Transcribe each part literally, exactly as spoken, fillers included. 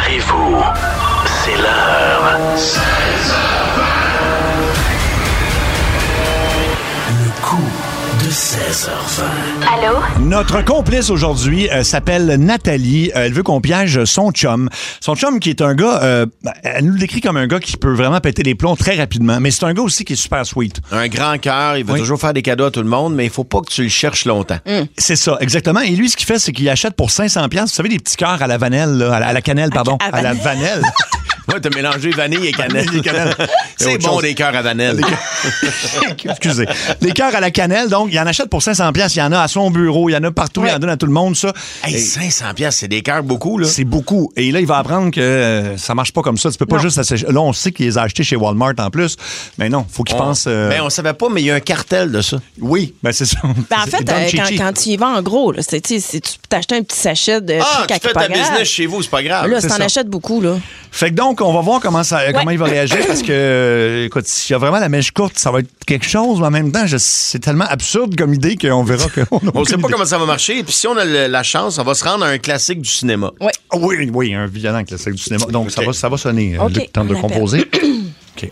Préparez-vous, c'est l'heure. seize heures vingt. Le coup de seize heures vingt. Allô? Notre complice aujourd'hui euh, s'appelle Nathalie. Euh, elle veut qu'on piège son chum. Son chum qui est un gars, euh, elle nous le décrit comme un gars qui peut vraiment péter les plombs très rapidement, mais c'est un gars aussi qui est super sweet. Un grand cœur, il veut Oui. toujours faire des cadeaux à tout le monde, mais il faut pas que tu le cherches longtemps. Mm. C'est ça, exactement. Et lui, ce qu'il fait, c'est qu'il achète pour cinq cents dollars, vous savez, des petits cœurs à la vanille, là, à, la, à la cannelle, pardon, à, à la vanille. Ouais, t'as mélangé vanille et cannelle. Vanille et cannelle. C'est autre bon, chose. des cœurs à vanille. Excusez. Des cœurs à la cannelle, donc, il en achète pour cinq cents dollars. Il y en a à son bureau, il y en a partout, Ouais. il en donne à tout le monde, ça. Hey, Et cinq cents piastres, c'est des cœurs beaucoup, là. c'est beaucoup. Et là, il va apprendre que euh, ça marche pas comme ça. Tu peux pas Non. juste... Assécher. Là, on sait qu'il les a achetés chez Walmart en plus. Mais non, faut qu'il On- pense... euh, Ben, on savait pas, mais il y a un cartel de ça. Oui, ben c'est ça. Ben, en fait, Don euh, quand, Chichi. quand tu y vas en gros, là, c'est, tu sais, c'est- tu peux t'acheter un petit sachet de Ah, trucs à tu fais pas ta grave. business chez vous, c'est pas grave. Là, c'est si t'en ça. achètes beaucoup, là. Fait que donc, on va voir comment, ça, comment il va réagir parce que, euh, écoute, s'il y a vraiment la mèche courte, ça va être quelque chose, mais en même temps, je- c'est tellement absurde comme idée qu'on verra qu'on On sait pas comment ça va marcher. Puis si on a le- la chance, on va se rendre à un classique du cinéma. Ouais. Oui, oui, un violent classique du cinéma. Donc, ça, Ok. va, ça va sonner. Ok, Luc tente de on appelle. composer. OK.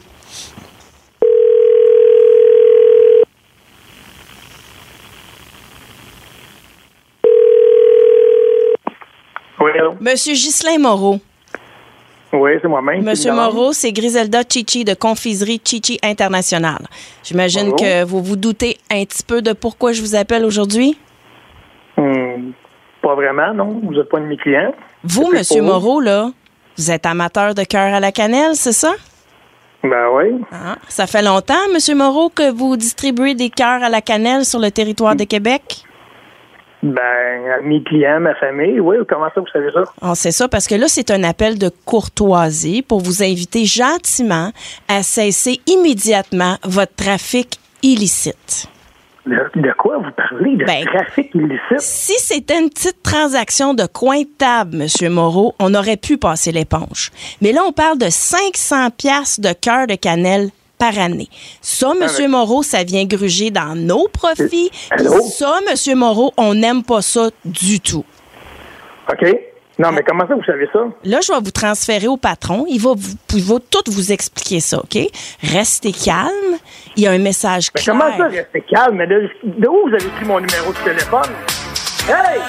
Oui, allô? Monsieur Ghislain Moreau. Oui, c'est moi-même. Monsieur c'est Laurent. Moreau, c'est Griselda Chichi de Confiserie Chichi International. J'imagine Bonjour. que vous vous doutez un petit peu de pourquoi je vous appelle aujourd'hui. Hmm, pas vraiment, non. Vous n'êtes pas un de mes clients. Vous, C'est Monsieur pour- Moreau, là, vous êtes amateur de cœur à la cannelle, c'est ça? Ben oui. Ah, ça fait longtemps, Monsieur Moreau, que vous distribuez des cœurs à la cannelle sur le territoire de Québec? Ben, à mes clients, ma famille, oui. Comment ça, vous savez ça? On sait ça parce que là, c'est un appel de courtoisie pour vous inviter gentiment à cesser immédiatement votre trafic illicite. De, de quoi vous parlez? De Ben, trafic illicite? Si c'était une petite transaction de coin de table, M. Moreau, on aurait pu passer l'éponge. Mais là, on parle de cinq cents piastres de cœur de cannelle par année. Ça, M. mais- Moreau, ça vient gruger dans nos profits. Puis Allô? ça, M. Moreau, on n'aime pas ça du tout. OK. Non, mais comment ça, vous savez ça? Là, je vais vous transférer au patron. Il va, vous, il va tout vous expliquer ça, OK? Restez calme. Il y a un message Mais clair. comment ça, restez calme? Mais de, de où vous avez pris mon numéro de téléphone? Hey!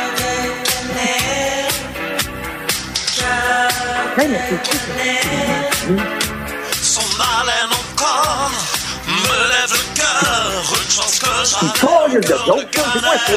Hey, mais c'est qui, ça? Son haleine encore me lève le cœur. Une chance que Une toile de joke, ça, c'est quoi ça?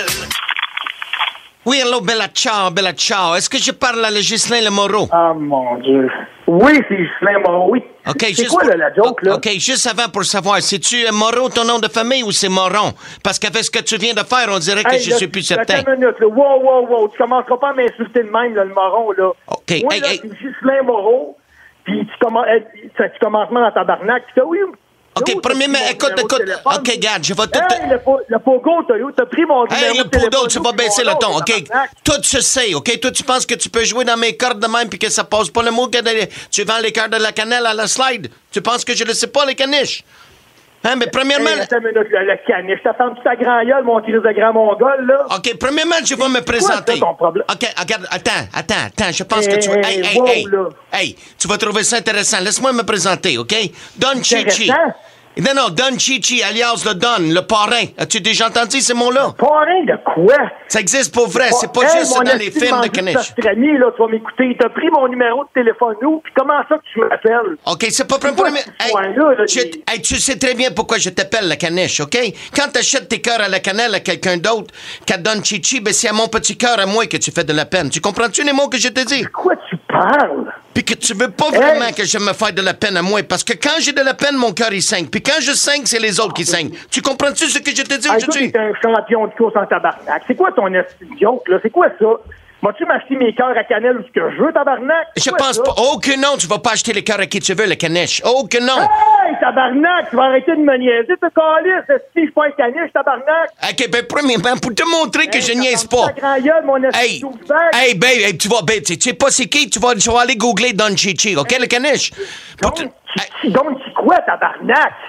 Oui, allô, Bella Ciao, Bella Ciao. Est-ce que je parle à le Ghislain Le Moreau? Ah, mon Dieu. Oui, c'est Ghislain Moreau, oui. OK, c'est juste quoi, pour- là, la joke, là? OK, juste avant pour savoir, c'est-tu euh, Moreau ton nom de famille ou c'est Moron? Parce qu'avec ce que tu viens de faire, on dirait que Hey, je là, suis plus certain. Attends une minute, là. Wow, wow, wow. Tu commenceras pas à m'insulter de même, là, le moron, là. OK, Moi, hey, là, hey. c'est Ghislain Moreau, puis tu, commen- euh, tu, tu commences dans ta barnaque. Tu t'as oui. OK, Yo, t'as premièrement, pris mon écoute, numéro de écoute. téléphone. OK, garde, je vais tout... Hey, le, po- le pogo, t'as eu, t'as pris mon numéro Hey, de le téléphone. poudre, tu vas puis baisser mon le ton, nom, OK? tabarnak. Toi, tu sais, OK? Toi, tu penses que tu peux jouer dans mes cordes de même puis que ça passe pas le mot que de- tu vends les cœurs de la cannelle à la slide? Tu penses que je le sais pas, les caniches? Hein, mais premièrement... Hey, attends une minute, là, le caniche. T'attends-tu ta grand gueule, mon crise de grand mongol, là? OK, premièrement, je vais me ça, présenter. ton problème? OK, regarde, attends, attends, attends, je pense que tu vas... Hey, Hey, hey, wow, hey, là. hey, tu vas trouver ça intéressant. Laisse-moi me présenter, OK? Don Chichi. Intéressant? Non, non, Don Chichi, alias le Don, le parrain. As-tu déjà entendu ces mots-là? Parrain de quoi? Ça existe pour vrai, c'est pas Hey, juste mon dans les esti, films de mangé caniche. notre ami, là, tu vas m'écouter. T'as pris mon numéro de téléphone, nous, puis comment ça que tu m'appelles? OK, c'est pas pour quoi premier. ce point-là, là, tu, il- hey, tu sais très bien pourquoi je t'appelle la caniche, OK? Quand t'achètes tes cœurs à la cannelle à quelqu'un d'autre qu'à Don Chichi, ben c'est à mon petit cœur à moi que tu fais de la peine. Tu comprends-tu les mots que je te dis? De quoi tu parles? Puis que tu veux pas vraiment Hey! que je me fasse de la peine à moi, parce que quand j'ai de la peine, mon cœur il saigne. Puis quand je saigne, c'est les autres qui saignent. Tu comprends-tu ce que je te dis Hey, toi, aujourd'hui? t'es un champion de course en tabarnak. C'est quoi ton esti de joke, là? C'est quoi ça? Vas-tu m'acheter mes cœurs à cannelle ou ce que je veux, tabarnak? C'est Je quoi pense ça? pas. Oh que non, tu vas pas acheter les cœurs à qui tu veux, le caniche. Oh que non. Hey, tabarnak! Tu vas arrêter de me niaiser, te calisses, esti, je suis pas un caniche, tabarnak! OK, ben premièrement, pour te montrer que Hey, je t'as niaise fermé pas. ta grand gueule, mon esti Hey, de douchebag. hey, ben, hey, tu vas, ben, tu tu sais pas c'est qui, tu vas, tu vas aller googler Don Chichi, OK, le caniche? Pour te- Donc, Hey, tu- donc, c'est quoi, tabarnak?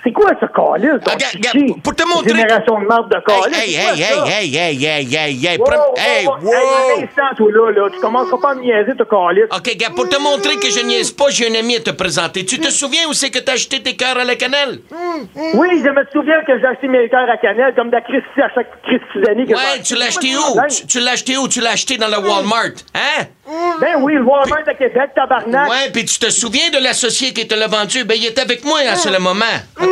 C'est quoi ce calice? ton Regarde, chichi? regarde, pour te montrer- Génération de marde de calice. Hey, c'est hey, quoi hey, ça? hey, hey, hey, hey, hey, Wow, prends- wow, hey, wow. wow! Hey, un instant, toi, là, là. Tu commenceras pas à me niaiser, ton calice. OK, gars, pour te montrer que je niaise pas, j'ai un ami à te présenter. Tu te souviens où c'est que t'as acheté tes cœurs à la cannelle? Oui, je me souviens que j'ai acheté mes cœurs à cannelle, comme de la Christie à chaque Christie d'année. que j'ai Ouais, tu l'as acheté C'est où? quoi le Tu, tu l'as acheté où? Tu l'as acheté dans le Walmart, hein? problème? Ben oui, le Walmart de Québec, tabarnak. Ouais, puis tu te souviens de l'associé qui te l'a vendu? Ben, il est avec moi à ce moment, OK?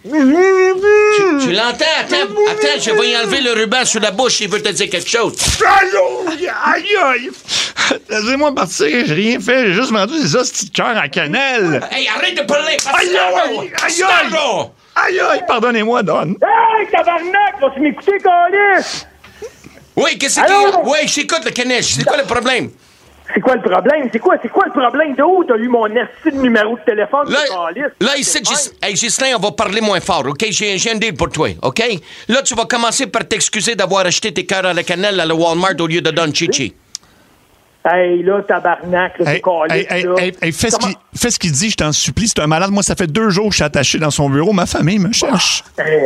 Tu, tu l'entends? Attends, attends, je vais y enlever le ruban sur la bouche, il veut te dire quelque chose. Aïe, aïe, aïe! Laissez-moi partir, j'ai rien fait, j'ai juste vendu des hosties de cœur à cannelle! Hey, arrête de parler! Aïe, aïe, aïe, aïe! Bastardo! Aïe, aïe, pardonnez-moi, Don! Hey, tabarnak, vas-tu m'écouter, calice? Oui, qu'est-ce Allô? que... Oui, j'écoute le caniche. C'est quoi le problème? C'est quoi le problème? C'est quoi, c'est quoi le problème? De où t'as eu mon esti de numéro de téléphone, Là, ce calice? là ici, Gis- hey, Ghislain, on va parler moins fort, OK? J'ai j'ai un deal pour toi, OK? Là, tu vas commencer par t'excuser d'avoir acheté tes cœurs à la cannelle à la Walmart au lieu de Don Chichi. Hey, là, tabarnak, là, Hey, c'est calice, hey, hey, là. hey, hey, fais ce Comment- qu'il fais ce qu'il dit, je t'en supplie, c'est un malade. Moi, ça fait deux jours que je suis attaché dans son bureau. Ma famille me cherche.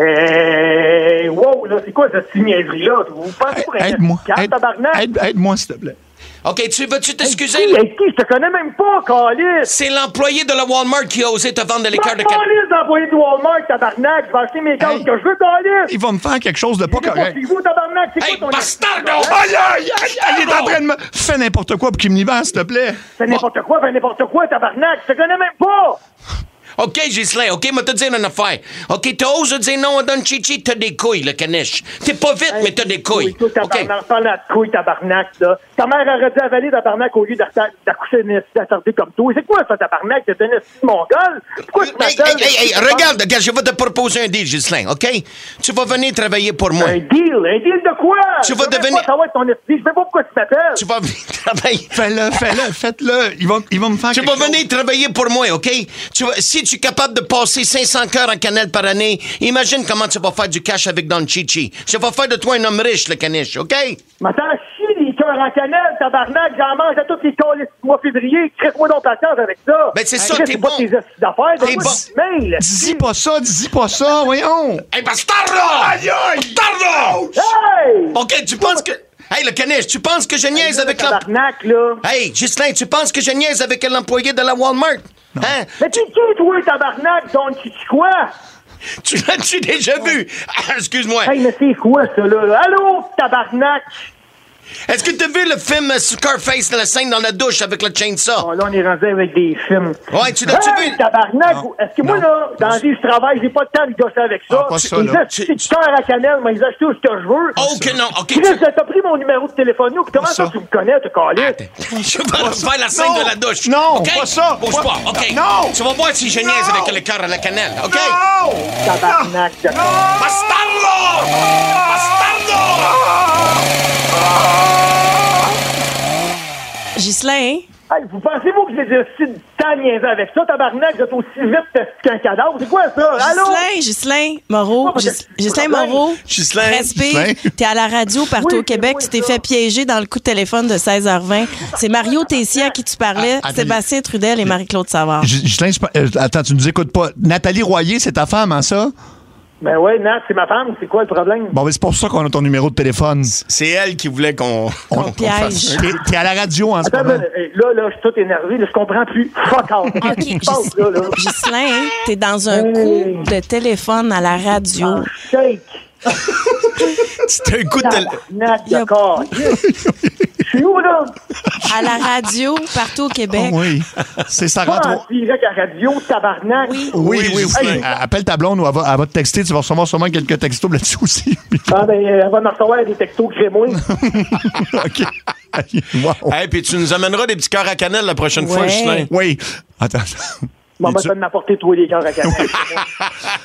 Hey, wow, là, c'est quoi cette niaiserie-là? Vous pensez pour un Aide-moi. esti de Aide- tabarnak? aide- Aide-moi, s'il te plaît. OK, tu veux-tu t'excuser? Hey, hey, qui? Je te connais même pas, calice! C'est l'employé de la Walmart qui a osé te vendre les cœurs de cannelle. Calice d'employé de Walmart, tabarnak! Je vais acheter mes cartes Hey. que je veux, calice! Il va me faire quelque chose de pas C'est pas correct. chez vous, tabarnak! C'est Hey, quoi ton bastardo! esti de- Aïe, aïe, aïe, aïe, il est en train de me... Fais n'importe quoi pour qu'il me libère, s'il te plaît. Fais n'importe quoi, fais n'importe quoi, tabarnak! Je te connais même pas! OK, Ghislain, OK, moi te dire une affaire. OK, t'as osé dire non à Don Chichi, t'as des couilles, le caniche. T'es pas vite, mais t'as des couilles. Oui, toi, OK. tabarnak, parle de couilles, tabarnak, là. Ta mère aurait dû avaler, tabarnak, au lieu d'atta- d'accoucher une esti attardée comme toi. C'est quoi, ça, tabarnak? T'es un esti de mongol? Pourquoi tu Hey, m'appelles? hey, hey, hey, regarde, regarde, je vais te proposer un deal, Ghislain, OK? Tu vas venir travailler pour moi. Un deal? Un deal de quoi? Tu vas Je veux même devenir- pas savoir ton esti. Je sais pas pourquoi tu m'appelles. Tu vas venir travailler. Fais-le, fais-le, faites-le. Il va, il va me faire Tu quelque vas chose. venir travailler pour moi, OK? Tu vas, si tu es capable de passer cinq cents cœurs en cannelle par année, imagine comment tu vas faire du cash avec Don Chichi. Je vais faire de toi un homme riche, le caniche, OK? M'attends, chie les cœurs en cannelle, tabarnak. J'en mange à tous les calices du mois février. Crée-moi donc patience avec ça. Ben, c'est ça, Chris, t'es c'est pas bon. tes esti d'affaires. T'es C'est bon. quoi ce mail? Dis pas ça, dis pas ça, voyons. Hey, bastardo! Aïe, aïe! Bastardo! Hey! OK, tu penses que... Hey, le caniche, tu penses que je niaise avec l'employé... Tabarnak, là. Hey, Ghislain, tu penses que je niaise avec l'employé de la Walmart? Hein? Mais tu qui, toi, tabarnak? Don Chichi quoi? Tu l'as-tu déjà vu? Ah, excuse-moi. Hey, mais c'est quoi, ça, là? Allô, tabarnak? Est-ce que t'as vu le film euh, Scarface, la scène dans la douche avec le chainsaw? Oh, là, on est rendu avec des films. Ouais, tu l'as-tu Hey, vu? tabarnak! Est-ce que moi, Non. là, dans la vie, je travaille, j'ai pas le temps de gosser avec ça. Ah, pas ça, Ils là. achètent du cœur à cannelle, mais ils achètent tout ce que je veux. Oh, que non, OK. Chris, t'as pris mon numéro de téléphone, nous. Comment ça, ça. tu me connais, tu calice? Je vais faire la scène Non. de la douche. Non, OK? pas ça. Bouge Pas- pas, OK? Non. Tu vas voir si je niaise Non. avec le cœur à la cannelle, OK? Non! Tabarnak, de Bastardo! Bastardo! Ghislain, Hey, vous pensez-vous que j'ai décidé de temps niaiser avec ça, tabarnak? Vous êtes aussi vite qu'un cadavre. C'est quoi, ça? Allô? Ghislain, Ghislain Moreau, Oh, parce que- Gis- Ghislain problème. Moreau, Ghislain, respire. Ghislain. T'es à la radio partout Oui, au Québec, oui, tu t'es ça. fait piéger dans le coup de téléphone de seize heures vingt. C'est Mario Tessier à qui tu parlais, Ah, attends. Sébastien Trudel et Marie-Claude Savard. Gis- Ghislain, c'est pas- euh, attends, tu nous écoutes pas. Nathalie Royer, c'est ta femme, hein, ça? Ben ouais, Nat, c'est ma femme. C'est quoi le problème? Bon, ben, c'est pour ça qu'on a ton numéro de téléphone. C'est elle qui voulait qu'on... On piège. T'es t'es à la radio en ce Attends, moment. là, là, là, je suis tout énervé. Là, je comprends plus. Fuck off. Qu'est-ce qui se passe, là, là? Ghislain, t'es dans un Hey. coup de téléphone à la radio. Ah, shake. C'est un coup de... Tabarnak, Y a- d'accord. Je suis où, là? À la radio, partout au Québec. Oh, oui. C'est ça Pas rentre. en direct à radio, tabarnak. Oui. Oui, oui, oui. Ghislain. Euh, Appelle ta blonde ou elle va, elle va te texter. Tu vas recevoir sûrement quelques textos là-dessus aussi. Ah, ben, elle va me recevoir des textos crémois. OK. Wow. Hey, puis tu nous amèneras des petits cœurs à cannelle la prochaine fois, Ouais. Ghislain. Oui. Attends. Maman, tu- va m'apporter tous les cœurs à cannelle.